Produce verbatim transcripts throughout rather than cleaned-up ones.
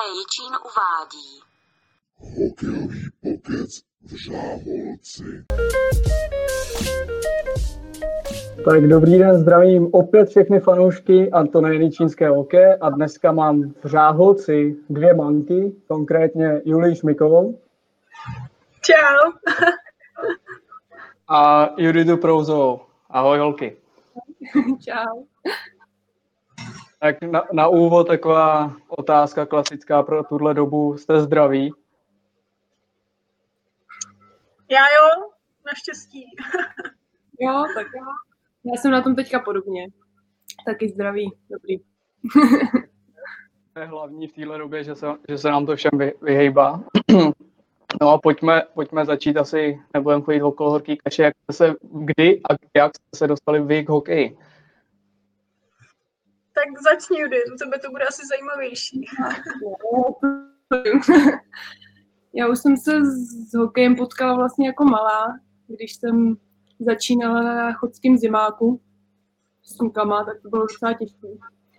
Jičín uvádí. Hokejový pokec v Řáholci. Tak dobrý den, zdravím opět všechny fanoušky Antonína Jičínského hokeje a dneska mám v Řáholci dvě manky, konkrétně Julii Šmikovou. Čau. A Juditu Prouzovou. Ahoj holky. Čau. Tak na, na úvod taková otázka klasická pro tuhle dobu. Jste zdraví? Já jo, naštěstí. Jo, tak jo. Já jsem na tom teďka podobně. Taky zdraví, dobrý. To je hlavní v téhle době, že se, že se nám to všem vy, vyhejbá. No a pojďme, pojďme začít asi, nebudeme chodit okolo horký kaše, jak se, kdy a jak jste se dostali vy k hokeji? Tak začni, Judy, u tebe to bude asi zajímavější. Já už jsem se s hokejem potkala vlastně jako malá, když jsem začínala na chodském zimáku s klukama, tak to bylo docela těžké.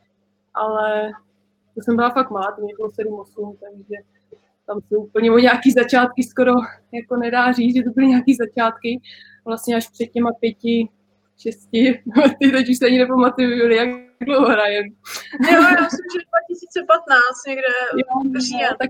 Ale to jsem byla fakt malá, to mě bylo sedm osm, takže tam se úplně o nějaký začátky skoro jako nedá říct, že to byly nějaký začátky. Vlastně až před těma pěti, šesti, ty teď už se ani nepamatuju, Juli, jak dlouho hrajem. Jo, já myslím, že dva tisíce patnáct někde v říjen. Tak,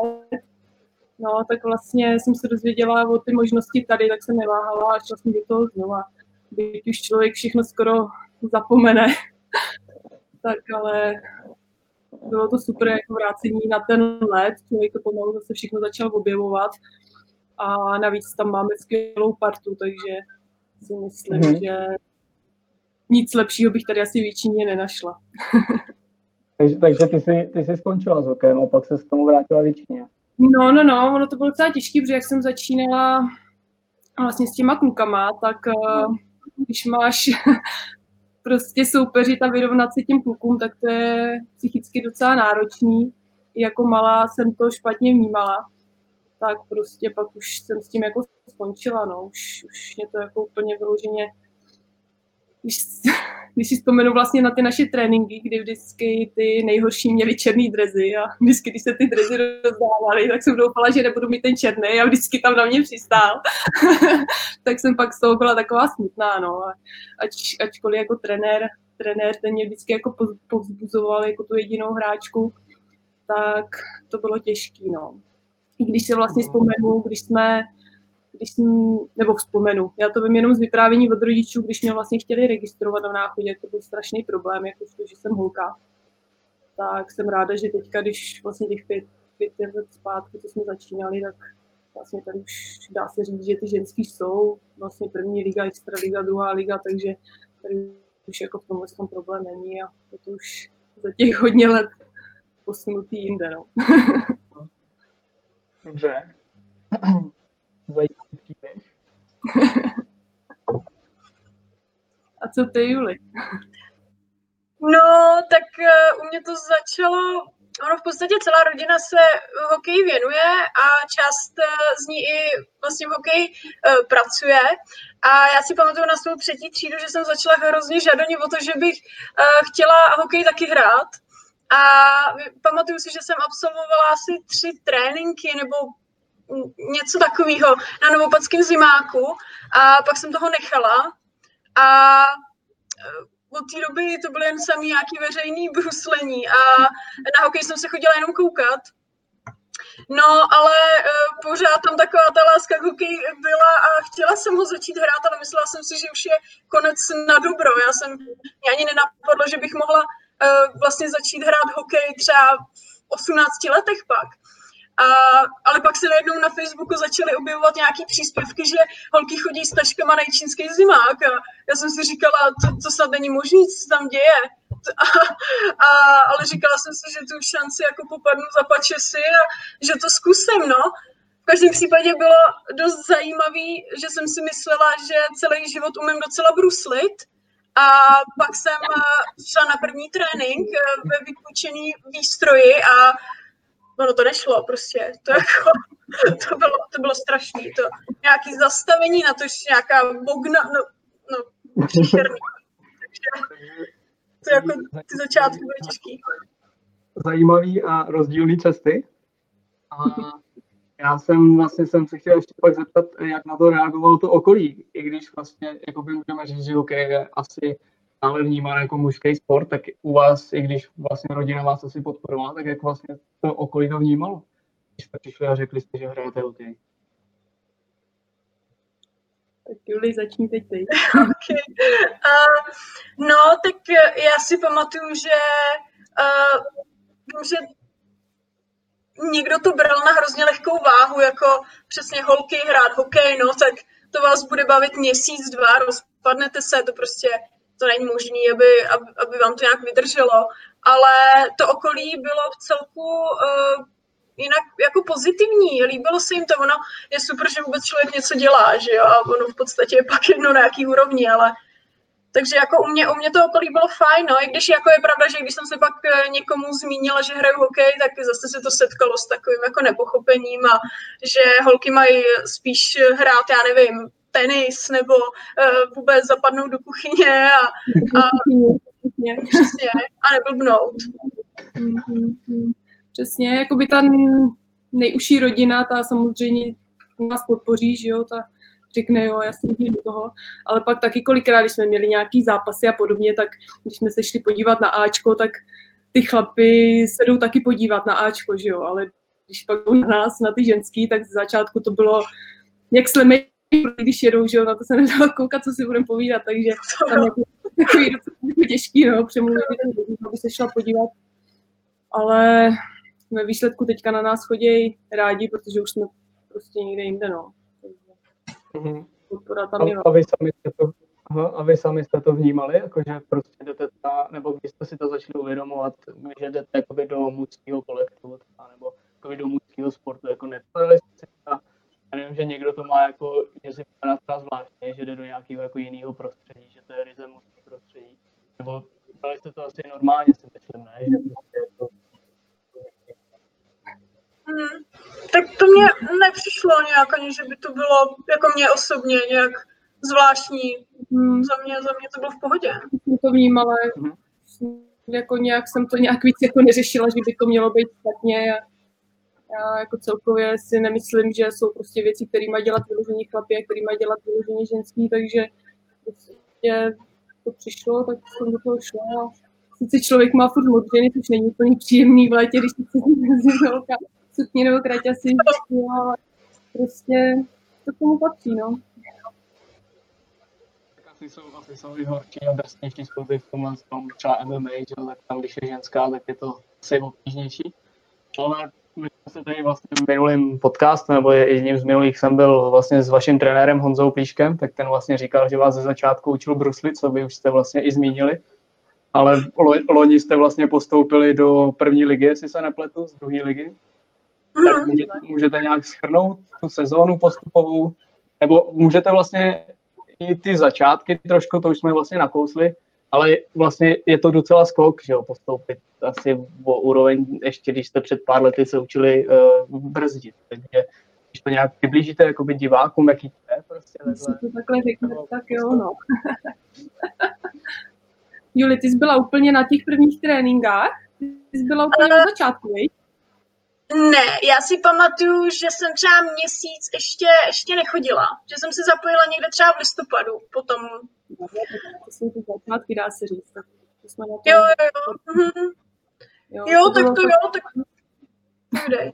no, tak vlastně jsem se dozvěděla o ty možnosti tady, tak jsem neváhala a šla jsem do toho znova. Byť už člověk všechno skoro zapomene, tak ale bylo to super jako vrácení na ten let, člověk to pomalu zase všechno začal objevovat a navíc tam máme skvělou partu, takže si myslím, mm-hmm. že nic lepšího bych tady asi v Jičíně nenašla. takže, takže ty jsi, ty jsi skončila s hokejem a pak se s tomu vrátila v Jičíně. No, no, no, ono to bylo docela těžké, protože jak jsem začínala vlastně s těma klukama, tak uh, když máš prostě soupeřit a vyrovnat se těm klukům, tak to je psychicky docela náročný. I jako malá jsem to špatně vnímala, tak prostě pak už jsem s tím jako skončila, no, už, už mě to jako úplně vyloženě, když, když si vzpomenu vlastně na ty naše tréninky, kdy vždycky ty nejhorší měli černý drezy a vždycky, když se ty drezy rozdávaly, tak jsem doufala, že nebudu mít ten černý a vždycky tam na mě přistál. Tak jsem pak z toho byla taková smutná, no. Ač, ačkoliv jako trenér, trenér ten mě vždycky jako povzbuzoval jako tu jedinou hráčku, tak to bylo těžký, no. I když se vlastně vzpomenu, když jsme Když jsem, nebo vzpomenu, já to vím jenom z vyprávění od rodičů, když mě vlastně chtěli registrovat na Náchodě, to byl strašný problém, jakožto, že jsem holka. Tak jsem ráda, že teďka, když vlastně těch pět, pět let zpátky, co jsme začínali, tak vlastně tady už dá se říct, že ty ženský jsou vlastně první liga, extraliga, druhá liga, takže tady už jako v tomhle tom problém není a je to už za těch hodně let posunutý jinde, no. Dobře. A co ty, Juli? No, tak uh, u mě to začalo, ono v podstatě celá rodina se hokeji věnuje a část uh, z ní i vlastně v hokeji uh, pracuje. A já si pamatuju na svou třetí třídu, že jsem začala hrozně žadoně o to, že bych uh, chtěla hokej taky hrát. A pamatuju si, že jsem absolvovala asi tři tréninky nebo něco takového na Novopadském zimáku a pak jsem toho nechala a od té doby to byly jen samý nějaký veřejný bruslení a na hokej jsem se chodila jenom koukat. No, ale uh, pořád tam taková ta láska k hokeji byla a chtěla jsem ho začít hrát, ale myslela jsem si, že už je konec na dobro. Já jsem, mě ani nenapadlo, že bych mohla uh, vlastně začít hrát hokej třeba v osmnácti letech pak. A, ale pak se najednou na Facebooku začaly objevovat nějaký příspěvky, že holky chodí s taškama na jičínský zimák. A já jsem si říkala, to, to snad není možný, co se tam děje. A, a, ale říkala jsem si, že tu šanci jako popadnu za pačesy a že to zkusím, no. V každém případě bylo dost zajímavý, že jsem si myslela, že celý život umím docela bruslit. A pak jsem šla na první trénink ve vypůjčený výstroji a ono to nešlo prostě, to, jako, to, bylo, to bylo strašné, to nějaké zastavení, na to nějaká bogna, no, no příšerný. Takže to jako ty začátky byly těžký. zajímavý a rozdílný cesty. A já jsem vlastně jsem se chtěl ještě pak zeptat, jak na to reagovalo to okolí, i když vlastně jako by můžeme říct, že hokej je asi stále vnímán jako mužský sport, tak u vás, i když vlastně rodina vás asi podporovala, tak jak vlastně to okolí to vnímalo, když jste přišli a řekli jste, že hrajete hokej. Tak Juli, začni teď ty. Okay. Uh, no, tak já si pamatuju, že uh, vím, že někdo to bral na hrozně lehkou váhu, jako přesně holky hrát hokej, no, tak to vás bude bavit měsíc, dva, rozpadnete se, to prostě, to není možné, aby, aby, aby vám to nějak vydrželo, ale to okolí bylo v celku uh, jinak jako pozitivní, líbilo se jim to, ono je super, že vůbec člověk něco dělá, že jo, a ono v podstatě je pak jedno na jaký úrovni, ale takže jako u mě, u mě to okolí bylo fajn, no, i když jako je pravda, že když jsem se pak někomu zmínila, že hraju hokej, tak zase se to setkalo s takovým jako nepochopením a že holky mají spíš hrát, já nevím, tenis nebo uh, vůbec zapadnout do kuchyně a, a, přesně, a neblbnout. Přesně, jako by ta nejužší rodina, ta samozřejmě nás podpoří, že jo, ta řekne, jo, já jsem do toho, ale pak taky kolikrát, když jsme měli nějaký zápasy a podobně, tak když jsme se šli podívat na Ačko, tak ty chlapy se jdou taky podívat na Ačko, že jo, ale když pak jdou na nás, na ty ženský, tak z začátku to bylo jak slemej, když jedou, že jo, na to se nedalo koukat, co si budeme povídat, takže tam jako takový docela těžký, no, přemluvit, aby se šla podívat, ale ve výsledku teďka na nás chodí rádi, protože už jsme prostě někde jinde, no. Mm-hmm. Tam je... a, a, vy sami jste to, aha, a vy sami jste to vnímali, jakože prostě jdete ta, nebo když jste si to začali uvědomovat, že jdete jakoby do mužského kolektivu třeba, nebo jakoby do mužského sportu, jako nepodali jste si ta, já nevím, že někdo to má jako, že si vypadá třeba zvláštně, že jde do nějakého jako jiného prostředí, že to je ryze mužské prostředí, nebo dali jste to asi normálně, si myslím, ne, že prostě je to... Hmm. Tak to mě nepřišlo nějak ani, že by to bylo jako mě osobně nějak zvláštní. Hmm. Za mě, za mě to bylo v pohodě. Jsem to vnímala, hmm. jako nějak jsem to nějak víc jako neřešila, že by to mělo být špatně. Já jako celkově si nemyslím, že jsou prostě věci, které mají dělat vyložení chlapy a které mají dělat vyložení ženský, takže prostě to přišlo, tak jsem do toho šla. Sice člověk má furt modřiny, což není úplně příjemný v létě, když se zimnulka sukně nebo kraťasy, ale prostě to k tomu patří, no. Tak asi jsou, asi jsou i horší a drsnější sporty v tomhle tom, třeba M M A, že? Tak tam, když je ženská, tak je to asi obtížnější. Ale my jsme se tady vlastně v minulým podcastu, nebo jedním z minulých jsem byl vlastně s vaším trenérem Honzou Plíškem, tak ten vlastně říkal, že vás ze začátku učil bruslit, co vy už jste vlastně i zmínili. Ale loni jste vlastně postoupili do první ligy, jestli se nepletu, z druhé ligy. Tak můžete, můžete nějak shrnout tu sezónu postupovou, nebo můžete vlastně i ty začátky trošku, to už jsme vlastně nakousli, ale vlastně je to docela skok, že jo, postoupit asi o úroveň, ještě když jste před pár lety se učili uh, brzdit, takže když to nějak přiblížíte jakoby divákům, jaký to je prostě takhle. To takhle řekne, tak jo, no. Juli, ty jsi byla úplně na těch prvních tréninkách? Ty jsi byla úplně uh, od začátku, viď? Ne, já si pamatuju, že jsem třeba měsíc ještě, ještě nechodila. Že jsem se zapojila někde třeba v listopadu potom. No, to jsou ty začátky, dá se říct. Tak to jsme na to... Jo, jo, jo. Mhm. Jo, jo to tak to tak... jo, tak jde.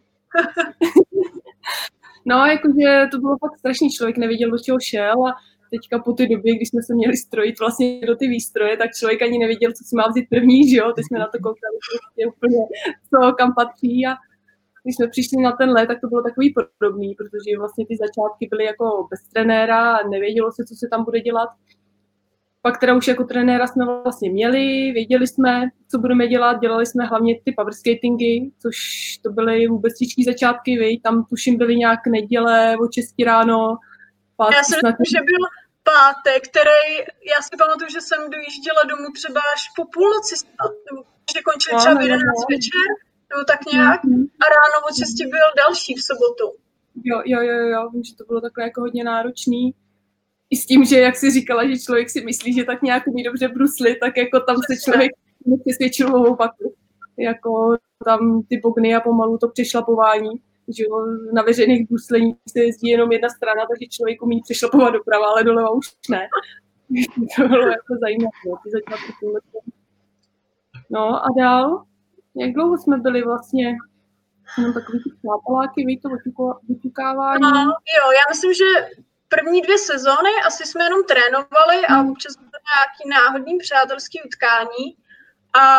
No, jakože to bylo fakt strašný, člověk nevěděl, do čeho šel a teďka po té době, když jsme se měli strojit vlastně do ty výstroje, tak člověk ani nevěděl, co si má vzít první, že jo, teď jsme na to koukali prostě úplně, co kam patří a když jsme přišli na ten let, tak to bylo takový podobný, protože vlastně ty začátky byly jako bez trenéra a nevědělo se, co se tam bude dělat. Pak teda už jako trenéra jsme vlastně měli, věděli jsme, co budeme dělat, dělali jsme hlavně ty power skatingy, což to byly vůbec těžký začátky, viď? Tam tuším byly nějak neděle od šesti ráno. Já si myslím, že byl pátek, který, já si pamatuju, že jsem dojížděla domů třeba až po půlnoci, že končili třeba v jedenáct večer, nebo tak nějak, a ráno od šesti byl další v sobotu. Jo, jo, jo, jo, vím, že to bylo takhle jako hodně náročný. I s tím, že jak jsi říkala, že člověk si myslí, že tak nějak umí dobře bruslit, tak jako tam se člověk nepřesvědčil o opaku. Jako tam ty pogny a pomalu to přešlapování, že jo, na veřejných brusleních se jezdí jenom jedna strana, takže člověk umí přešlapovat doprava, ale doleva už ne. To bylo jako zajímavé, ty začátky tímhle. No a dál, jak dlouho jsme byli vlastně, jenom takový ty chápaláky, víš, to vyťukávání. No, jo, já myslím, že první dvě sezóny asi jsme jenom trénovali a občas bylo nějaký náhodný přátelský utkání. A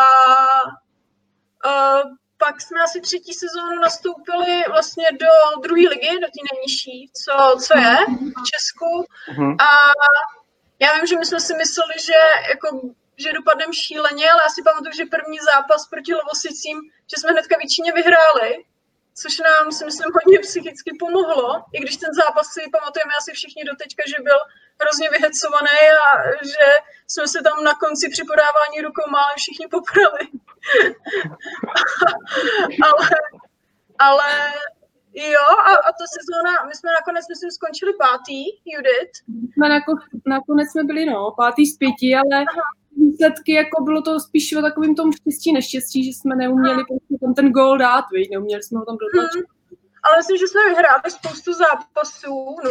uh, pak jsme asi třetí sezónu nastoupili vlastně do druhé ligy, do té nejnižší, co, co je v Česku. Mhm. A já vím, že my jsme si mysleli, že, jako, že dopadneme šíleně, ale já si pamatuju, že první zápas proti Lovosicím, že jsme hnedka většině vyhráli, což nám, si myslím, hodně psychicky pomohlo, i když ten zápas si pamatujeme asi všichni doteďka, že byl hrozně vyhecovaný a že jsme se tam na konci při podávání rukou málem všichni poprali. ale, ale jo, a, a ta sezóna, my jsme nakonec, myslím, skončili pátý, Judith. Jsme nako, nakonec jsme byli, no, pátý z pěti, ale výsledky, jako bylo to spíš o takovým tom štěstí, neštěstí, že jsme neuměli prostě tam ten gól dát, viď? Neuměli jsme ho tam dotlačit. Hmm. Ale myslím, že jsme vyhráli spoustu zápasů, no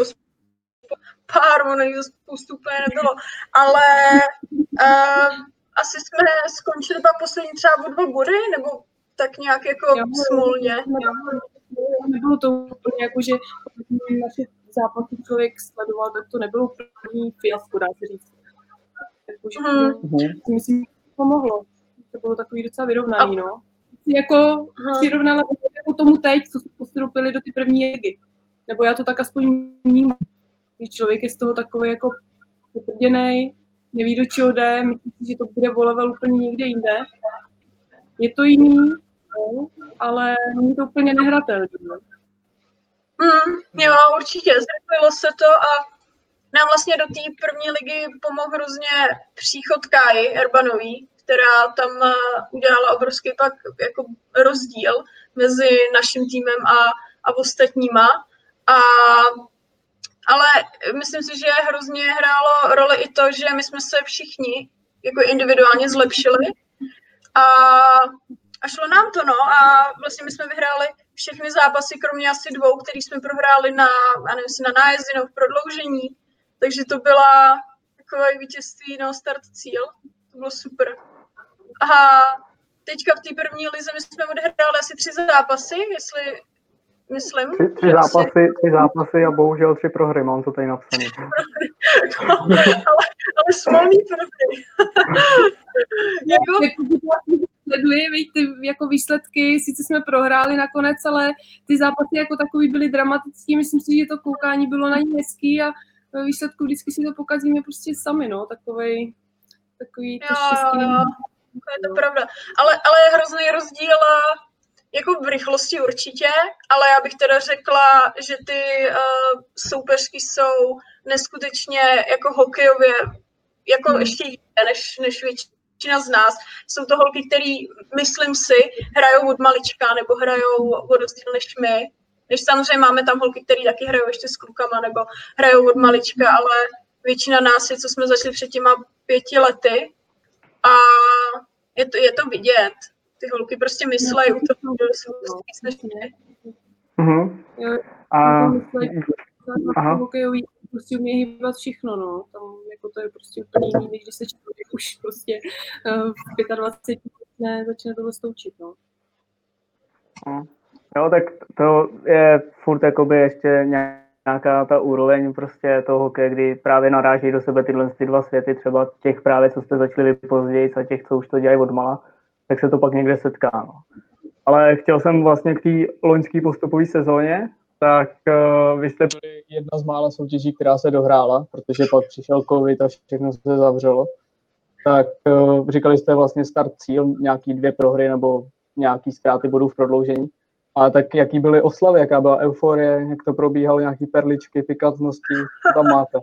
pár, ono jich spoustu úplně nebylo, ale uh, asi jsme skončili pak poslední třeba o dva body, nebo tak nějak jako jo, smolně. Nebylo to úplně jako, že naše zápasy člověk sledoval, tak to nebylo první fiasko, dá se říct. Takže mm. myslím, že to pomohlo. To bylo takový docela vyrovnaný, no. Jako přirovnala jako tomu teď, co jsme postoupili do ty první ligy. Nebo já to tak aspoň vnímám. Když člověk je z toho takový jako potrděnej, neví, do čeho jde, myslím si, že to bude o level úplně někde jinde. Je to jiný, no, ale není to úplně nehratelný. Mm, jo, určitě, zrychlilo se to a nám vlastně do té první ligy pomohl hrozně příchod Káji Erbanový, která tam udělala obrovský pak jako rozdíl mezi naším týmem a, a ostatníma. A, ale myslím si, že hrozně hrálo roli i to, že my jsme se všichni jako individuálně zlepšili a, a šlo nám to, no. A vlastně my jsme vyhráli všechny zápasy, kromě asi dvou, který jsme prohráli na, já nevím, na nájezdy nebo v prodloužení. Takže to byla takové vítězství, no, start cíl. To bylo super. A teďka v té první lize my jsme odehráli asi tři zápasy, jestli myslím. Tři, tři, zápasy, tři zápasy a bohužel tři prohry, mám to tady napsané. no, ale, ale smolný prohry. jako... Sledli, ty jako výsledky, sice jsme prohráli nakonec, ale ty zápasy jako takový byly dramatický, myslím si, že to koukání bylo na ní hezký a ve výsledku vždycky si to pokazíme prostě sami, no, takovej, takový to štěstí. Jo, je to pravda, ale, ale je hrozný rozdíl jako v rychlosti určitě, ale já bych teda řekla, že ty uh, soupeřky jsou neskutečně jako hokejově, jako hmm. ještě jiné než, než většina z nás. Jsou to holky, které, myslím si, hrajou od malička nebo hrajou o dost díl než my. Než samozřejmě máme tam holky, které taky hrajou ještě s klukama nebo hrajou od malička, ale většina nás je, co jsme začali před těma pěti lety a je to, je to vidět. Ty holky prostě myslejí u toho, že jsou víc než mě. Mhm. A hokejový prostě umějí hýbat všechno, no. Tam jako to je prostě úplně jiný, než když se člověk už prostě v dvacet pět ne, začne tohle stoučit, no. Jo, tak to je furt jakoby ještě nějaká ta úroveň prostě toho hokeje, kdy právě naráží do sebe tyhle ty dva světy, třeba těch právě, co jste začali později a těch, co už to dělají odmala, tak se to pak někde setká, no. Ale chtěl jsem vlastně k té loňské postupové sezóně, tak uh, vy jste byli jedna z mála soutěží, která se dohrála, protože pak přišel covid a všechno se zavřelo. Tak uh, říkali jste vlastně start cíl, nějaký dvě prohry nebo nějaký ztráty bodů v prodloužení. A tak jaký byly oslavy, jaká byla euforie, jak to probíhalo, nějaký perličky, pikantnosti, co tam máte?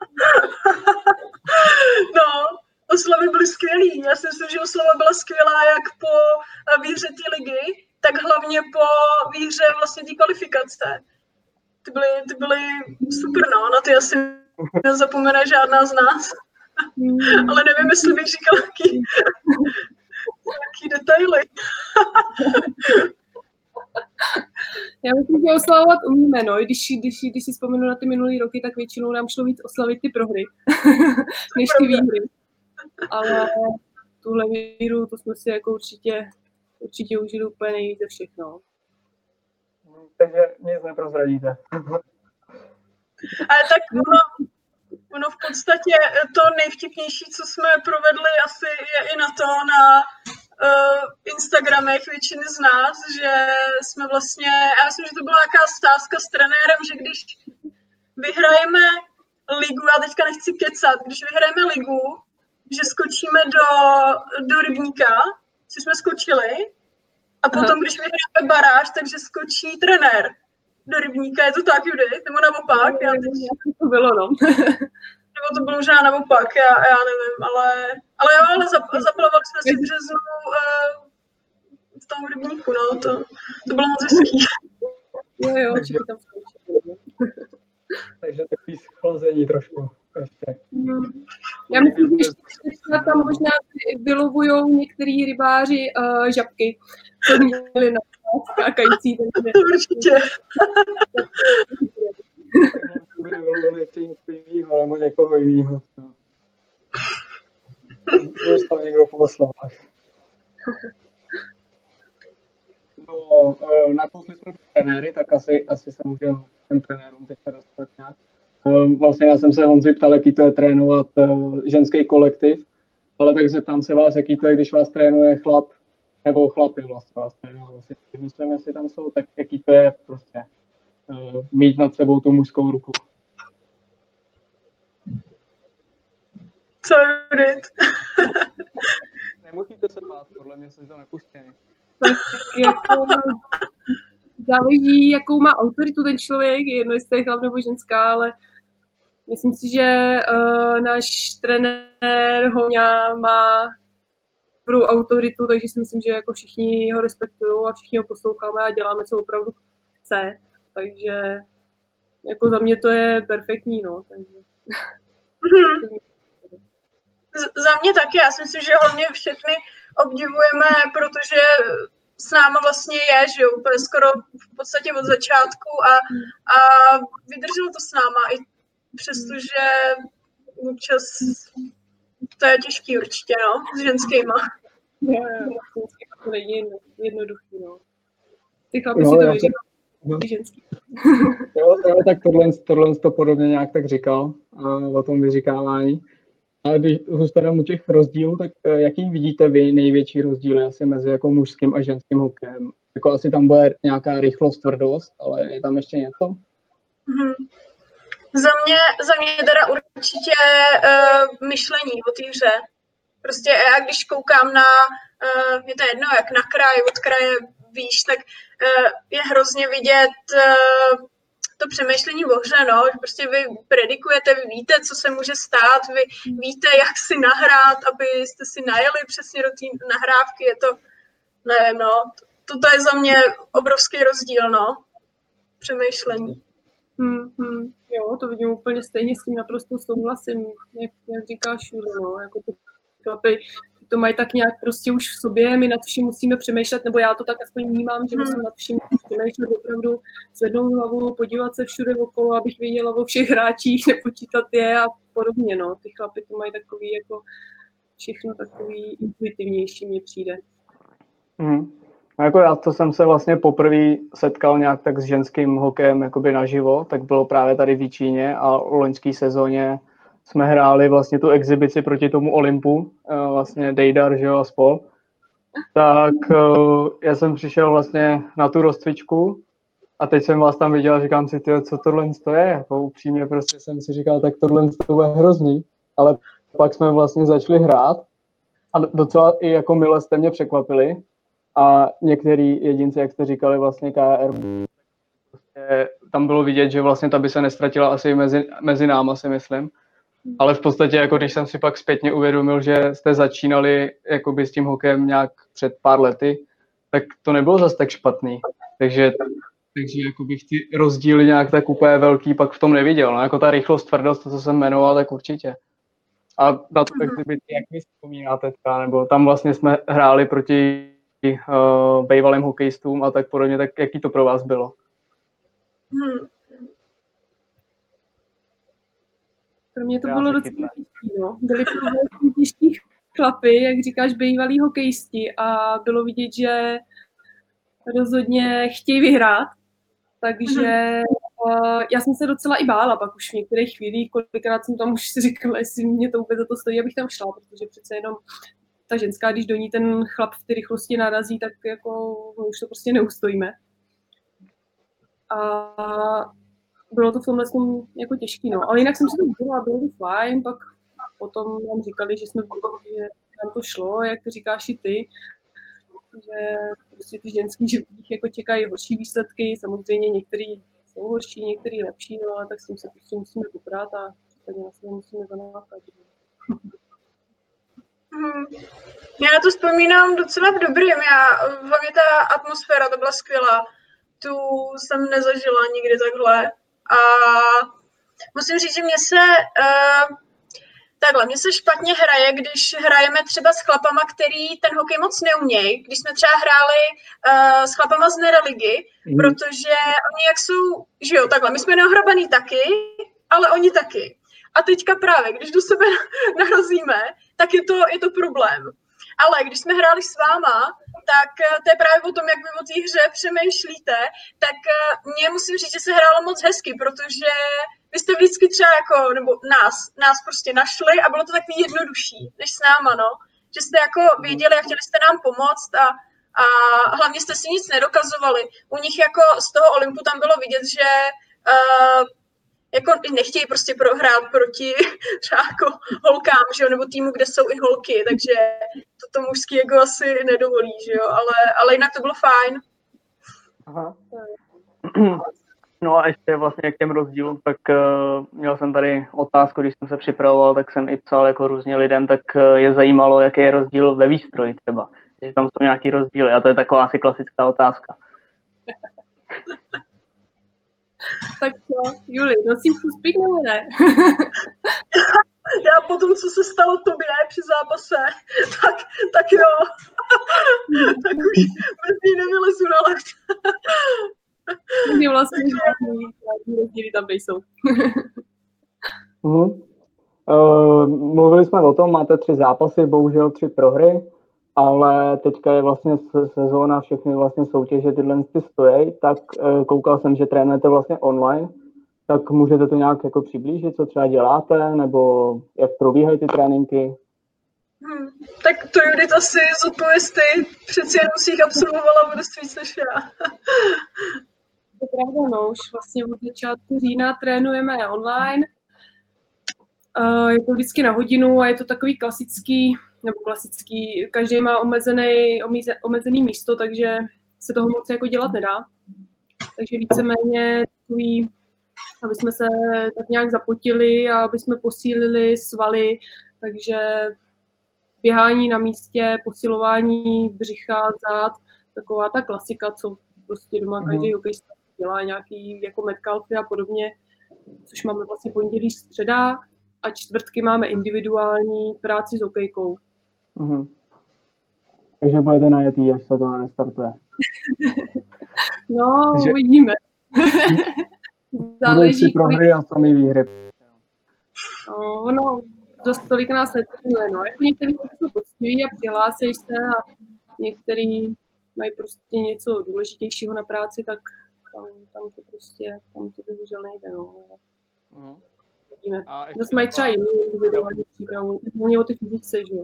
No, oslavy byly skvělý. Já si myslím, že oslava byla skvělá jak po výhře té ligy, tak hlavně po výhře vlastně té kvalifikace. Ty byly, ty byly super, no, na ty asi nezapomene žádná z nás. Ale nevím, jestli bych říkala, jaký, Jaký detaily. Já myslím, že oslavovat umíme, no. Když, když, když si vzpomenu na ty minulý roky, tak většinou nám šlo víc oslavit ty prohry, než ty výhry. Ale tuhle výhru, to jsme si jako určitě, určitě užili úplně nejvíc ze všech, no. Takže nic neprozradíte. Ale tak ono, ono v podstatě to nejvtipnější, co jsme provedli, asi je i na to, na uh, Instagramech většiny z nás, že jsme vlastně, já myslím, že to byla nějaká stázka s trenérem, že když vyhrajeme ligu, já teďka nechci kecat, když vyhrajeme ligu, že skočíme do, do rybníka, což jsme skočili, a potom, Aha. když vyhráme baráž, takže skočí trenér do rybníka. Je to tak, Judy? Nebo naopak? Já teď... To bylo, no. Nebo to bylo možná naopak, já, já nevím, ale, ale jo, ale zaplavali jsme si v březnu uh, v tom rybníku, no, to, to bylo moc hezký. Jo, jo, určitě tam skočili. Takže takový schlazení trošku. Ještě. Hmm. Já myslím, že tam možná vylovujou některý rybáři uh, žabky, co měli na skákající. Takže... Určitě. Bude vylovili ještě něco jiného, nebo někoho jiného. To tam někdo poslal. No, nakousli jsme trenéry, tak asi, asi se můžeme těm trenérům teďka dostat nějak. Vlastně já jsem se Honzi ptal, jaký to je trénovat uh, ženský kolektiv, ale tak zeptám se vás, jaký to je, když vás trénuje chlap, nebo chlapy vlastně vás trénuje. Vlastně, myslím, jestli tam jsou, tak jaký to je prostě uh, mít nad sebou tu mužskou ruku. Co Judit? Nemusíte se bát, podle mě se to nepustí. Tak jako záleží, jakou má autoritu ten člověk, jedno jestli je chlap nebo ženská, ale myslím si, že uh, náš trenér Hoňa má dobrou autoritu, takže si myslím, že jako všichni ho respektují a všichni ho posloucháme a děláme, co opravdu chce. Takže jako za mě to je perfektní, no. Takže... Mm-hmm. Za mě taky, já si myslím, že hlavně všechny obdivujeme, protože s náma vlastně je, že jo, úplně skoro v podstatě od začátku a, a vydrželo to s náma, i přestože občas to je těžký určitě, no, s ženskýma. Jo, jo, to není jednoduchý, no. Ty chlapi no, si to vyříkají, no. Ty ženský. Jo, jo, tak tohle, tohle to podobně nějak tak říkal, o tom vyříkávání. Ale když zůstaneme u těch rozdílů, tak jaký vidíte vy největší rozdíly asi mezi jako mužským a ženským hokejem? Jako asi tam bude nějaká rychlost, tvrdost, ale je tam ještě něco? Hmm. Za mě, za mě teda určitě uh, myšlení o té hře. Prostě já když koukám na, uh, je to jedno, jak na kraj, od kraje výš, tak uh, je hrozně vidět uh, to přemýšlení o hře, no, že prostě vy predikujete, vy víte, co se může stát, vy víte, jak si nahrát, abyste si najeli přesně do té nahrávky, je to, nevím, no, toto je za mě obrovský rozdíl, no, přemýšlení. Hmm, hmm, jo, to vidím úplně stejně, s tím naprosto souhlasím, jak, jak říkáš, no, jako ty chlapy, to mají tak nějak prostě už v sobě, my nad vším musíme přemýšlet, nebo já to tak aspoň vnímám, že hmm. musím nad vším přemýšlet, opravdu zvednout hlavu, podívat se všude okolo, abych věděla o všech hráčích, nepočítat je a podobně, no. Ty chlapy to mají takový jako všechno takový intuitivnější, mně přijde. Hmm. A jako já, to jsem se vlastně poprvé setkal nějak tak s ženským hokejem jakoby naživo, tak bylo právě tady v Jičíně a v loňské sezóně jsme hráli vlastně tu exibici proti tomu Olympu, vlastně Dejdar, že jo, a spol. Tak já jsem přišel vlastně na tu rozcvičku a teď jsem vás tam viděl a říkám si, tyjo, co tohle je, jako upřímně prostě jsem si říkal, tak tohle to je hrozný, ale pak jsme vlastně začali hrát a docela i jako mile jste mě překvapili a některý jedinci, jak jste říkali, vlastně K R, prostě tam bylo vidět, že vlastně ta by se nestratila asi mezi, mezi náma, si myslím. Ale v podstatě, jako když jsem si pak zpětně uvědomil, že jste začínali jakoby s tím hokejem nějak před pár lety, tak to nebylo zas tak špatný. Takže, takže jako bych ty rozdíly nějak tak úplně velký pak v tom neviděl. No, jako ta rychlost, tvrdost, to, co jsem jmenoval, tak určitě. A na tu exhibit, jak mi vzpomínáte třeba, nebo tam vlastně jsme hráli proti uh, bývalým hokejistům a tak podobně, tak jaký to pro vás bylo? Hmm. Pro mě to bylo docela těžké, no. Byli to velmi těžký chlapy, jak říkáš, bývalí hokejisti a bylo vidět, že rozhodně chtějí vyhrát, takže uh, já jsem se docela i bála pak už v některých chvílích, kolikrát jsem tam už si říkala, jestli mě to vůbec za to stojí, abych tam šla, protože přece jenom ta ženská, když do ní ten chlap v té rychlosti narazí, tak jako už to prostě neustojíme. A bylo to v tomhle jako těžký, no. Ale jinak jsem si to udělala, bylo to fajn, pak potom nám říkali, že jsme že nám to šlo, jak říkáš i ty, že prostě ty ženský živých jako čekají horší výsledky, samozřejmě některý jsou horší, některý lepší, no, ale tak s tím se prostě musíme poprat a případně na sebe musíme zanákat. Hmm. Já na to vzpomínám docela v dobrým, já, hlavně ta atmosféra, to byla skvělá, tu jsem nezažila nikdy takhle a musím říct, že mě se uh, takhle, mně se špatně hraje, když hrajeme třeba s chlapama, který ten hokej moc neumějí, když jsme třeba hráli uh, s chlapama z Neraligy, mm. protože oni jak jsou, že jo, takhle, my jsme neohrabaný taky, ale oni taky. A teďka právě, když do sebe narazíme, tak je to, je to problém. Ale když jsme hráli s váma, tak to je právě o tom, jak vy o té hře přemýšlíte, tak mě musím říct, že se hrálo moc hezky, protože vy jste vždycky třeba jako, nebo nás, nás prostě našli a bylo to takový jednodušší, než s náma, no. Že jste jako věděli a chtěli jste nám pomoct a, a hlavně jste si nic nedokazovali. U nich jako z toho Olympu tam bylo vidět, že uh, jako nechtějí prostě prohrát proti třeba jako holkám, že jo, nebo týmu, kde jsou i holky, takže toto mužský ego asi nedovolí, že jo, ale, ale jinak to bylo fajn. Aha. No a ještě vlastně k těm rozdílům, tak uh, měl jsem tady otázku, když jsem se připravoval, tak jsem i psal jako různě lidem, tak uh, je zajímalo, jaký je rozdíl ve výstroji třeba, že tam jsou nějaký rozdíly a to je taková asi klasická otázka. Tak jo, Juli, nosíš úspěch nebo ne? Já po tom, co se stalo tobě při zápase, tak, tak jo, tak už bez ní nevylezu na led. Mě vlastně žádný rozdíly tam nejsou. uh-huh. uh, mluvili jsme o tom, máte tři zápasy, bohužel tři prohry, ale teďka je vlastně sezóna, všechny vlastně soutěže tyhle ty stojí, tak uh, koukal jsem, že trénujete vlastně online, tak můžete to nějak jako přiblížit, co třeba děláte, nebo jak probíhají ty tréninky? Hmm, tak to Judith asi zodpověz ty, přeci jenom si jich absolvovala dost víc než já. To je pravda, no, už vlastně od začátku října trénujeme online. Uh, je to vždycky na hodinu a je to takový klasický, nebo klasický, každý má omezený, omíze, omezený místo, takže se toho moc jako dělat nedá. Takže víceméně takový, aby jsme se tak nějak zapotili a aby jsme posílili svaly, takže běhání na místě, posilování břicha, zad, taková ta klasika, co prostě doma každý hokejista dělá, nějaký jako metcalfy a podobně, což máme vlastně pondělí, středa a čtvrtky máme individuální práci s hokejkou. Mhm. Takže budete najetý, až se to nestartuje. No, že... uvidíme. Záleží, si prohry a samý výhry. No, no, dost tolik nás netrénuje, no. Jako některý jsou poctiví a přihlásí se a některý mají prostě něco důležitějšího na práci, tak tam, tam to prostě, tam to bohužel nejde, no. Uh-huh. Vidíme. Dost mají třeba jiný individuální přípravu, není o ty fyzice, že jo.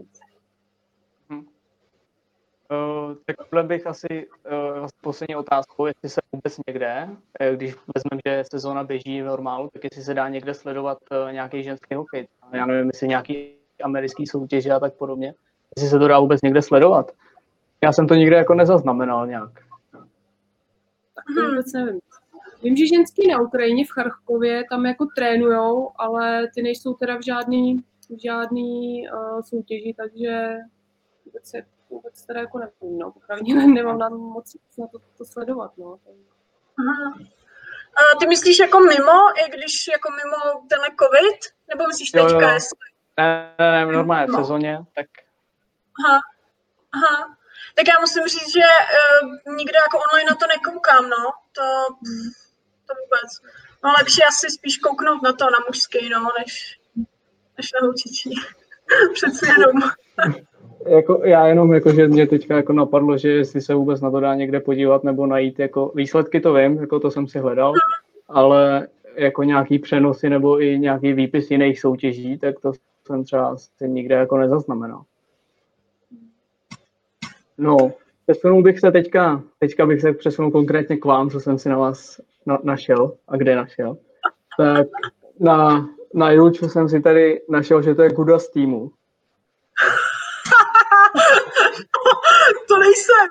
Uh, tak tohle bych asi uh, poslední otázkou, jestli se vůbec někde, když vezmeme, že sezóna běží v normálu, tak jestli se dá někde sledovat uh, nějaký ženský hokej. Já nevím, jestli nějaký americký soutěže a tak podobně. Jestli se to dá vůbec někde sledovat. Já jsem to nikde jako nezaznamenal nějak. Tak to vůbec nevím. Vím, že ženský na Ukrajině v Charkově tam jako trénujou, ale ty nejsou teda v žádný, v žádný uh, soutěži, takže vůbec se vůbec teda jako nevím, no, opravdu nemám na moc na to, to sledovat, no. Aha. A ty myslíš jako mimo, i když jako mimo tenhle covid, nebo myslíš teďka? Jo, jo. Ne, ne, ne, normálně v sezóně, tak... Aha, aha. Tak já musím říct, že uh, nikde jako online na to nekoukám, no. To, to vůbec. No lepší asi spíš kouknout na to, na mužský, no, než, než na holčičí. Přeci jenom. Jako, já jenom, jako, že mě teďka jako napadlo, že jestli se vůbec na to dá někde podívat nebo najít, jako výsledky to vím, jako to jsem si hledal, ale jako nějaký přenosy nebo i nějaký výpis jiných soutěží, tak to jsem třeba asi nikde jako nezaznamenal. No, přesunul bych se teďka, teďka bych se přesunul konkrétně k vám, co jsem si na vás na, našel a kde našel. Tak na, na Iruču jsem si tady našel, že to je Kuda z týmu. To nejsem.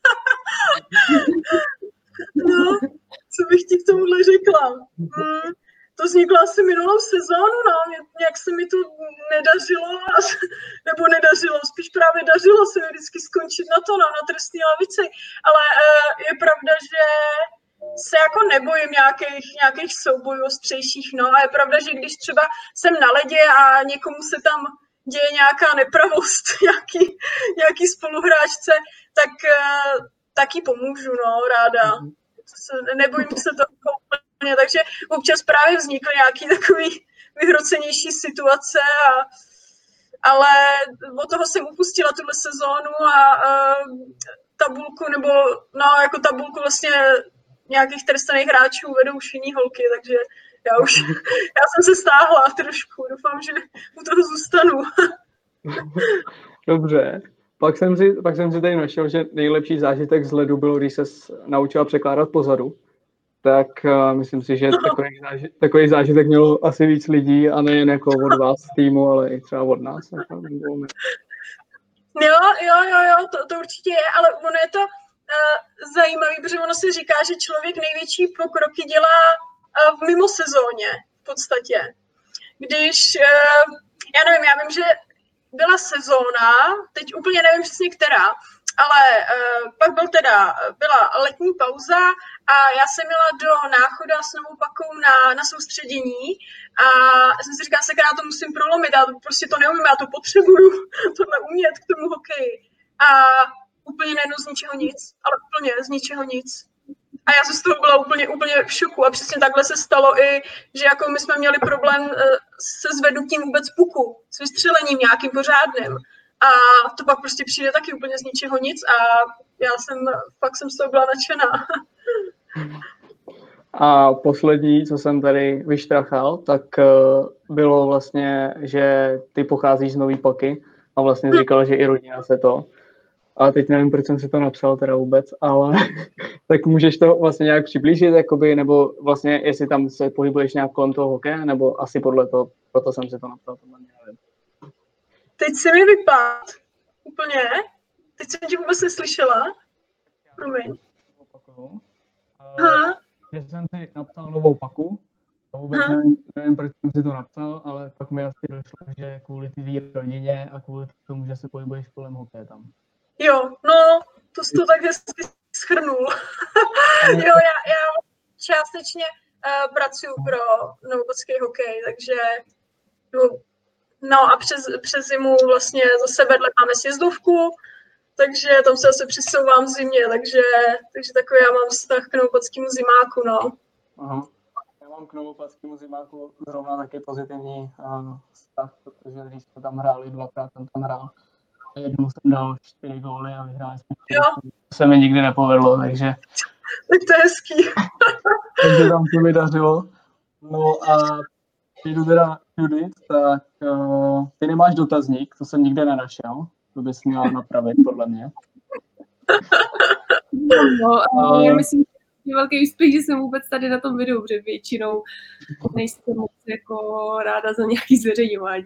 No, co bych ti k tomuhle řekla? Hmm, to vzniklo asi minulou sezónu, no, nějak se mi to nedařilo, nebo nedařilo, spíš právě dařilo se mi vždycky skončit na to, no, na trestní lavici, ale uh, je pravda, že se jako nebojím nějakých, nějakých soubojů ostřejších, no, a je pravda, že když třeba jsem na ledě a někomu se tam děje nějaká nepravost, nějaký, nějaký spoluhráčce, tak uh, taky pomůžu, no, ráda. Nebojím se toho úplně, takže občas právě vznikly nějaký takový vyhrocenější situace, a, ale od toho jsem upustila tuhle sezónu a uh, tabulku, nebo no, jako tabulku vlastně nějakých trestaných hráčů vedou už jiný holky, takže já už, já jsem se stáhla trošku, doufám, že u toho zůstanu. Dobře. Pak jsem, si, pak jsem si tady našel, že nejlepší zážitek z ledu bylo, když se naučila překládat pozadu. Tak uh, myslím si, že takový zážitek, takový zážitek mělo asi víc lidí a nejen jako od vás z týmu, ale i třeba od nás. Jako, jo, jo, jo, jo, to, to určitě je, ale ono je to uh, zajímavé, protože ono se říká, že člověk největší pokroky dělá uh, v mimo sezóně v podstatě. Když, uh, já nevím, já vím, že byla sezóna, teď úplně nevím přesně která, ale uh, pak byl teda, byla letní pauza a já jsem jela do Náchoda s novou pakou na, na soustředění a jsem si říkala, že já to musím prolomit, já to prostě to neumím, já to potřebuju, tohle umět k tomu hokeji. A úplně najednou z ničeho nic, ale úplně z ničeho nic. A já jsem z toho byla úplně, úplně v šoku a přesně takhle se stalo i, že jako my jsme měli problém se zvednutím vůbec puku, s vystřelením nějakým pořádným. A to pak prostě přijde taky úplně z ničeho nic a já jsem, fakt jsem z toho byla nadšená. A poslední, co jsem tady vyštrachal, tak bylo vlastně, že ty pocházíš z Nový Paky a vlastně říkal, že i rodina se to. A teď nevím, proč jsem si to napsal teda vůbec, ale tak můžeš to vlastně nějak přiblížit, jakoby, nebo vlastně, jestli tam se pohybuješ nějak kolem toho hokeje, nebo asi podle toho, proto jsem si to napsal, to nevím. Teď se mi vypad. Úplně. Teď jsem tě vůbec neslyšela. Promiň. Aha. Že jsem si napsal Novou Paku. A vůbec nevím, nevím, proč jsem si to napsal, ale pak mi asi došlo, že kvůli tvý rodině a kvůli tomu, že se pohybuješ kolem hokeje tam. Jo, no, to jsi to tak hezky shrnul. Jo, já, já částečně uh, pracuji pro novopacký hokej, takže no, no a přes, přes zimu vlastně zase vedle máme sjezdovku, takže tam se zase přisouvám v zimě, takže, takže takový já mám vztah k novopackému zimáku, no. Aha. Já mám k novopackému zimáku zrovna taky pozitivní uh, vztah, protože když jsme tam hráli, dvakrát jsem tam hrál. A jednou jsem dal čtyři góly a vyhráli jsme. To se mi nikdy nepovedlo, takže... Tak to je hezký. Takže tam to mi dařilo. No a jdu teda Judith, tak uh, ty nemáš dotazník, to jsem nikde nenašel. To bys měla napravit, podle mě. No, a já myslím, že je velký úspěch, že jsem vůbec tady na tom videu, protože většinou nejsem moc jako ráda za nějaký zveřejňování.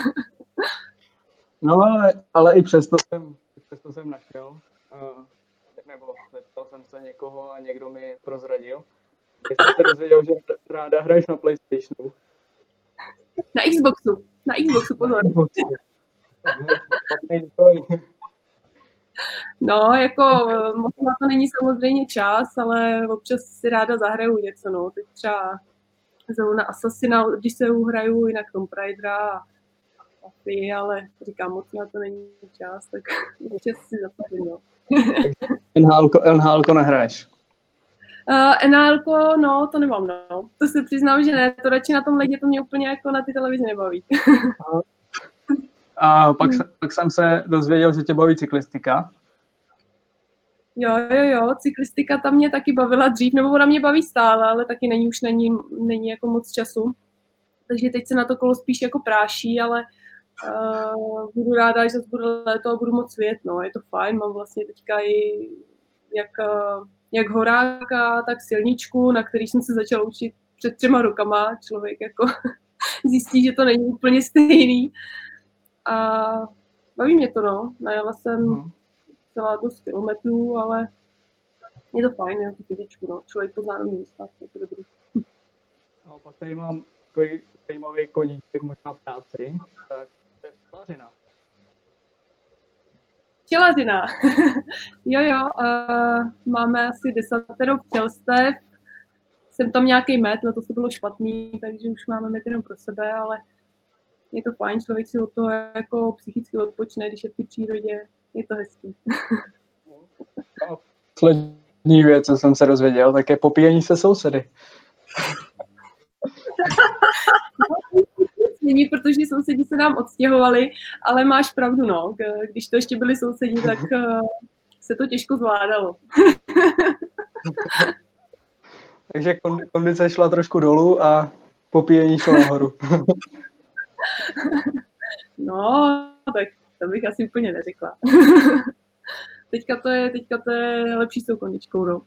No ale, ale i přesto jsem, přesto jsem našel, uh, nebo zeptal jsem se někoho a někdo mi prozradil. Já jsem se dozvěděl, že ráda hraješ na PlayStationu. Na Xboxu, na Xboxu, pozor. No, jako moc na to není samozřejmě čas, ale občas si ráda zahraju něco, no. Teď třeba zrovna Assassina, když se uhraju, jinak Tomb Raidera. Asi, ale říkám, moc na to není čas, tak občas si zapadím, no. NHLko, NHLko nehraješ. Uh, NHLko, no, to nemám, no. To se přiznám, že ne, to radši na tom ledě, to mě úplně jako na ty televizi nebaví. A pak, se, pak jsem se dozvěděl, že tě baví cyklistika. Jo, jo, jo, cyklistika tam mě taky bavila dřív, nebo ona mě baví stále, ale taky není už není, není jako moc času. Takže teď se na to kolo spíš jako práší, ale uh, budu ráda, že zase bude léto a budu moc svět, no, je to fajn, mám vlastně teďka i jak, uh, jak horáka, tak silničku, na který jsem se začala učit před třema rokama, člověk jako zjistí, že to není úplně stejný. A baví mě to, no, najela jsem hmm. celá dost kilometrů, ale je to fajn, je to fyzičku, no, člověk pozná nový místa, je to dobrý. No, pak tady mám takový zajímavý koníček, možná práci, tak to je včelařina. Včelařina. jo, jo, uh, máme asi desatero včelstev, jsem tam nějaký med, no to se bylo špatný, takže už máme med jenom pro sebe, ale je to fajn, člověk si od toho jako psychicky odpočne, když je v té přírodě, je to hezký. Poslední věc, co jsem se dozvěděl, tak je popíjení se sousedy. Není, protože sousedi se nám odstěhovali, ale máš pravdu, no. Když to ještě byli sousedi, tak uh, se to těžko zvládalo. Takže kondice šla trošku dolů a popíjení šlo nahoru. No, tak to bych asi úplně neřekla. teďka, to je, teďka to je lepší s tou kondičkou, no.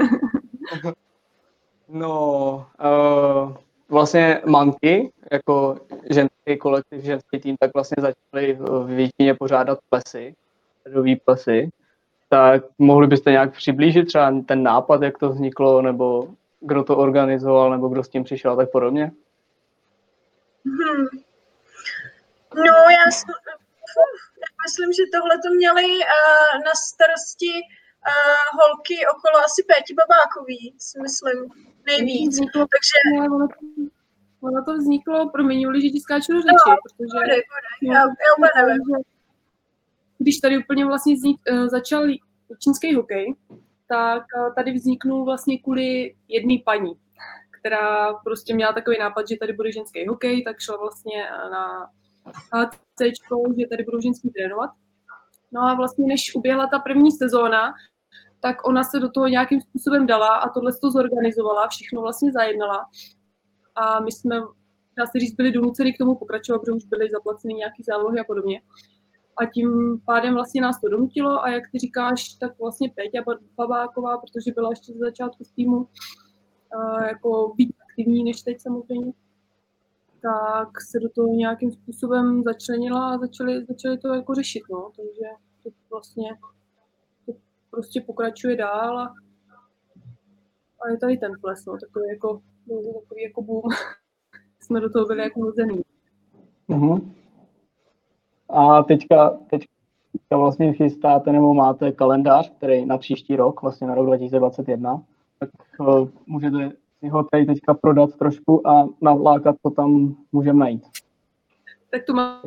no, uh, vlastně Manky, jako ženský kolektiv, ženský tým, tak vlastně začali v Vítině pořádat plesy, ledový plesy. Tak mohli byste nějak přiblížit třeba ten nápad, jak to vzniklo, nebo kdo to organizoval, nebo kdo s tím přišel a tak podobně? Hmm. No, já, jsem, já myslím, že tohle to měli uh, na starosti uh, holky okolo asi Péti Babákový, si myslím, nejvíc. Vzniklo, Takže... Ono to, ono to vzniklo, promiň, Juli, že ti skáču do řeči, no, protože... Bude, bude. Já, já úplně nevím. Když tady úplně vlastně vznik, uh, začal čínský hokej, tak uh, tady vzniknul vlastně kvůli jedné paní, která prostě měla takový nápad, že tady bude ženský hokej, tak šla vlastně na HCčko, že tady budou ženský trénovat. No a vlastně než uběhla ta první sezóna, tak ona se do toho nějakým způsobem dala a tohle to zorganizovala, všechno vlastně zajednala. A my jsme, dá se říct, byli donuceni k tomu pokračovat, protože už byly zaplaceny nějaký zálohy a podobně. A tím pádem vlastně nás to donutilo a jak ty říkáš, tak vlastně Péťa Babáková, protože byla ještě ze začátku z týmu, uh, jako být aktivní než teď samozřejmě, tak se do toho nějakým způsobem začlenila a začali, začali to jako řešit, no. Takže to vlastně to prostě pokračuje dál a, a je tady ten ples, no, takový jako, takový jako boom. Jsme do toho byli jako hozený. Uh-huh. A teďka, teďka vlastně chystáte nebo máte kalendář, který na příští rok, vlastně na rok dva tisíce dvacet jedna, tak uh, můžete si ho tady teďka prodat trošku a navlákat, co tam můžeme najít. Tak to mám.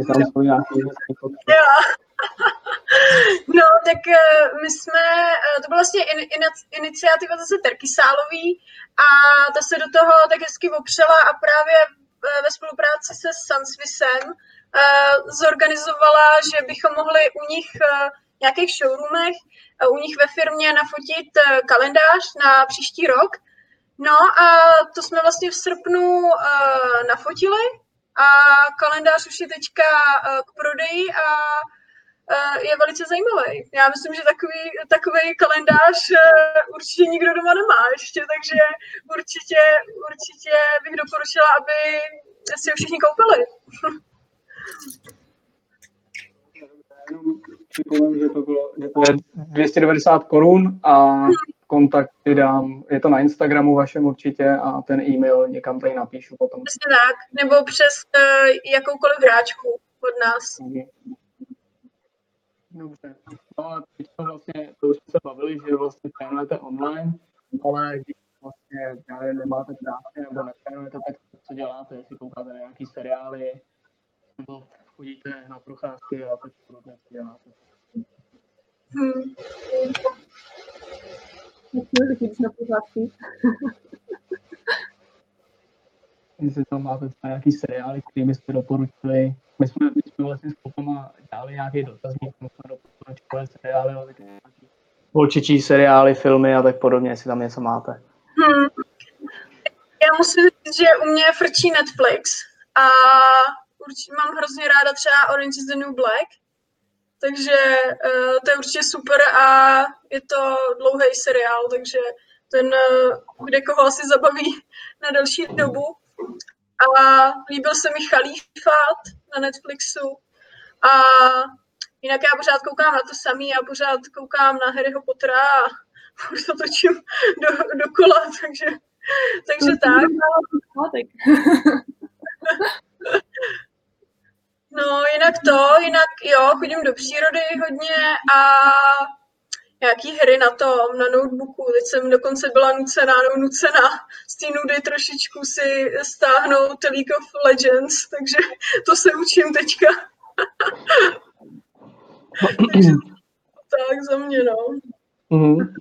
No, tak my jsme, to byla vlastně in, in, iniciativa zase Terkysálový a ta se do toho tak hezky opřela a právě ve spolupráci se Sansvisem zorganizovala, že bychom mohli u nich v nějakých showroomech, u nich ve firmě nafotit kalendář na příští rok. No a to jsme vlastně v srpnu nafotili a kalendář už je teďka k prodeji a je velice zajímavý. Já myslím, že takový, takový kalendář určitě nikdo doma nemá ještě, takže určitě, určitě bych doporučila, aby si ho všichni koupili. Připomínám, že to bylo, že to je dvě stě devadesát korun a kontakty dám, je to na Instagramu vašem určitě a ten e-mail někam tady napíšu potom. Přesně tak, nebo přes uh, jakoukoliv hráčku od nás. Dobře. No a teď vlastně, to už jsme se bavili, že vlastně trénujete online, ale když vlastně já nemáte práci nebo netrénujete, tak co děláte, jestli koukáte na nějaký seriály, nebo chodíte na procházky a tak podobně děláte. Hmm. Jak chodíš na pořádky? Jestli tam máte třeba nějaký seriály, kterými jste doporučili. My jsme, my jsme vlastně s klukama dělali nějaký dotazník, my jsme doporučili seriály, ale taky nějaký holčičí seriály, filmy a tak podobně, jestli tam něco máte. Hmm. Já musím říct, že u mě frčí Netflix a určitě mám hrozně ráda třeba Orange is the New Black, takže uh, to je určitě super a je to dlouhý seriál, takže ten uh, kde koho asi zabaví na delší dobu. A líbil se mi Chalífát na Netflixu a jinak já pořád koukám na to samý, já pořád koukám na Harryho Pottera a už to točím do, dokola, takže, takže tak. No jinak to, jinak jo, chodím do přírody hodně a nějaký hry na tom, na notebooku. Teď jsem dokonce byla nucená, no nucená z té nudy trošičku si stáhnout League of Legends, takže to se učím teďka. Takže tak za mě, no. Mm-hmm.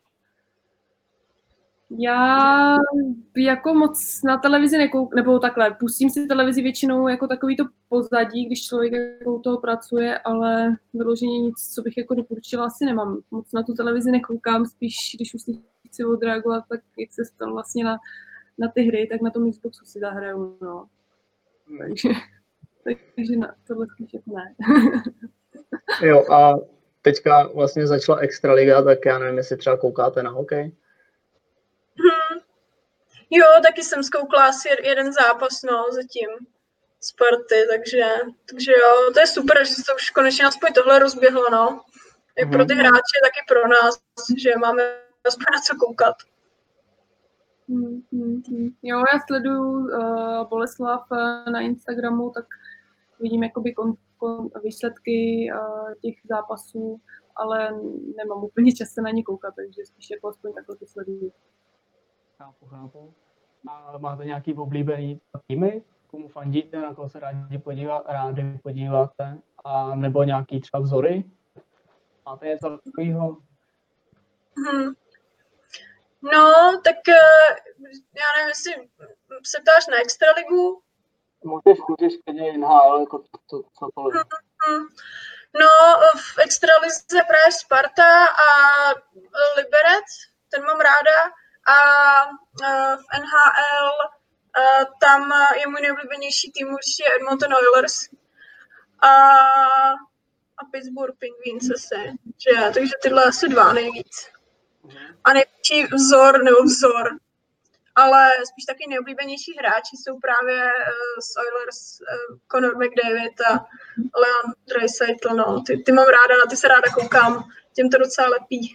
Já jako moc na televizi nekoukám, nebo takhle, pustím si televizi většinou jako takový to pozadí, když člověk jako u toho pracuje, ale vyloženě nic, co bych jako doporučila, asi nemám. Moc na tu televizi nekoukám, spíš když už si chci odreagovat, tak jak se stal vlastně na, na ty hry, tak na tom Xboxu si zahraju, no. Takže, takže na tohle spíš jako ne. Jo, a teďka vlastně začala Extraliga, tak já nevím, jestli třeba koukáte na hokej. Hmm. Jo, taky jsem zkoukla asi jeden zápas, no, zatím Sparty, takže, takže jo, to je super, že se to už konečně aspoň tohle rozběhlo, no. Jak mm-hmm. pro ty hráče, tak i pro nás, že máme aspoň na co koukat. Hmm, hmm, hmm. Jo, já sleduju uh, Boleslav uh, na Instagramu, tak vidím jakoby kon, kon, výsledky uh, těch zápasů, ale nemám úplně čas se na ně koukat, takže spíš jako aspoň takhle to sleduju. Chápu, chápu. A máte nějaký oblíbený týmy? Komu fandíte, na koho se rádi, podívat, rádi podíváte? A nebo nějaký třeba vzory? Máte něco takového? Hmm. No, tak já nevím, jestli se ptáš na Extraligu? Můžeš, můžeš klidně N H L, jako co, co to lidi. Hmm. No, v Extralize právě Sparta a Liberec, ten mám ráda. A v N H L tam je můj nejoblíbenější tým určitě Edmonton Oilers a, a Pittsburgh Penguins asi, že, takže tyhle asi dva nejvíc. A největší vzor, nebo vzor, ale spíš taky nejoblíbenější hráči jsou právě uh, z Oilers uh, Connor McDavid a Leon Draisaitl, no, ty, ty mám ráda, na ty se ráda koukám, těm to docela lepí.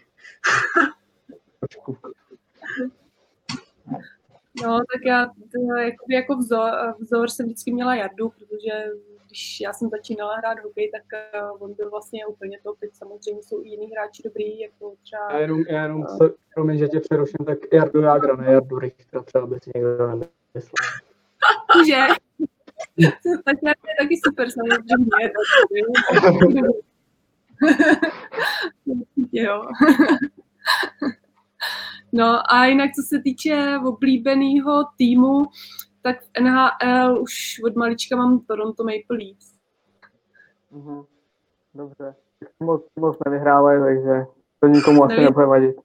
No, tak já to, jakoby jako vzor, vzor jsem vždycky měla Jardu, protože když já jsem začínala hrát hokej, tak uh, on byl vlastně úplně to, teď samozřejmě jsou i jiní hráči dobrý, jako třeba... Já jenom, já jenom uh, se, promiň, že tě přeruším, tak Jardu Jágra, ne Jardu Richtera, třeba by si někdo nemyslel. Že? Tak je taky super, samozřejmě. Jo. No a jinak, co se týče oblíbeného týmu, tak v N H L už od malička mám Toronto Maple Leafs. Mhm. Dobře. Moc, moc nevyhrávají, takže to nikomu asi Nevím. nebude vadit.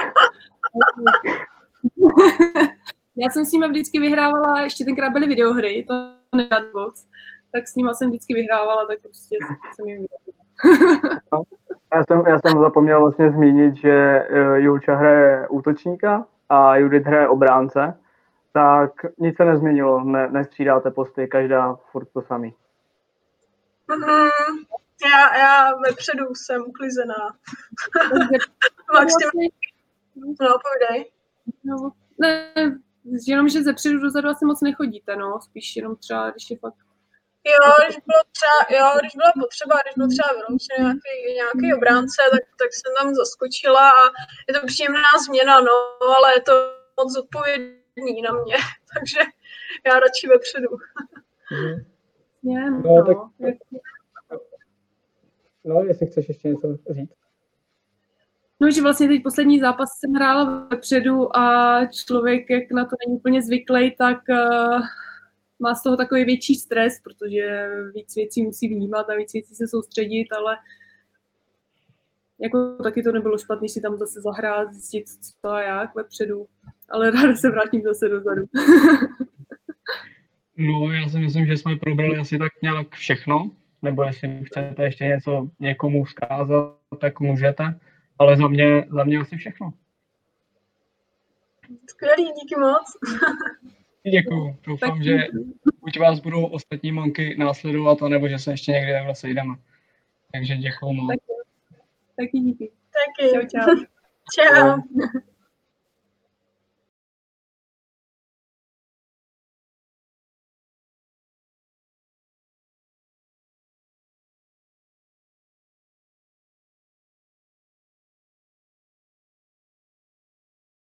Já jsem s nimi vždycky vyhrávala, ještě tenkrát byly videohry, to nedělat moc, tak s nimi jsem vždycky vyhrávala, tak prostě jsem jim vyhrávala. Já jsem, já jsem zapomněl vlastně zmínit, že Julča hraje útočníka a Judith hraje obránce, tak nic se nezměnilo, ne, nestřídáte posty, každá furt to samý. Mm-hmm. Já, já vepředu jsem uklizená. Maximálně. No, povídej. No, ne, jenom, že zepředu dozadu asi moc nechodíte, no, spíš jenom třeba, když je fakt... Jo, když bylo třeba, jo, když byla potřeba, když byl třeba vyloučený nějaký, nějaký obránce, tak, tak jsem tam zaskočila a je to příjemná změna, no, ale je to moc zodpovědný na mě, takže já radši vepředu. Přesně, no. No, tak- Jak- No, jestli chceš ještě něco říct. No, že vlastně teď poslední zápas jsem hrála vepředu a člověk, jak na to není úplně zvyklý, tak uh, má z toho takový větší stres, protože víc věcí musí vnímat a víc věcí se soustředit, ale jako taky to nebylo špatný si tam zase zahrát, zjistit co a jak vepředu, ale ráda se vrátím zase dozadu. No, já si myslím, že jsme probrali asi tak nějak všechno, nebo jestli chcete ještě něco někomu vzkázat, tak můžete, ale za mě, za mě asi všechno. Skvělý, díky moc. Děkuju. Doufám, že buď vás budou ostatní manky následovat, anebo že se ještě někdy takhle sejdeme. Takže děkuju moc. Taky díky. Taky. Čau, čau. Čau.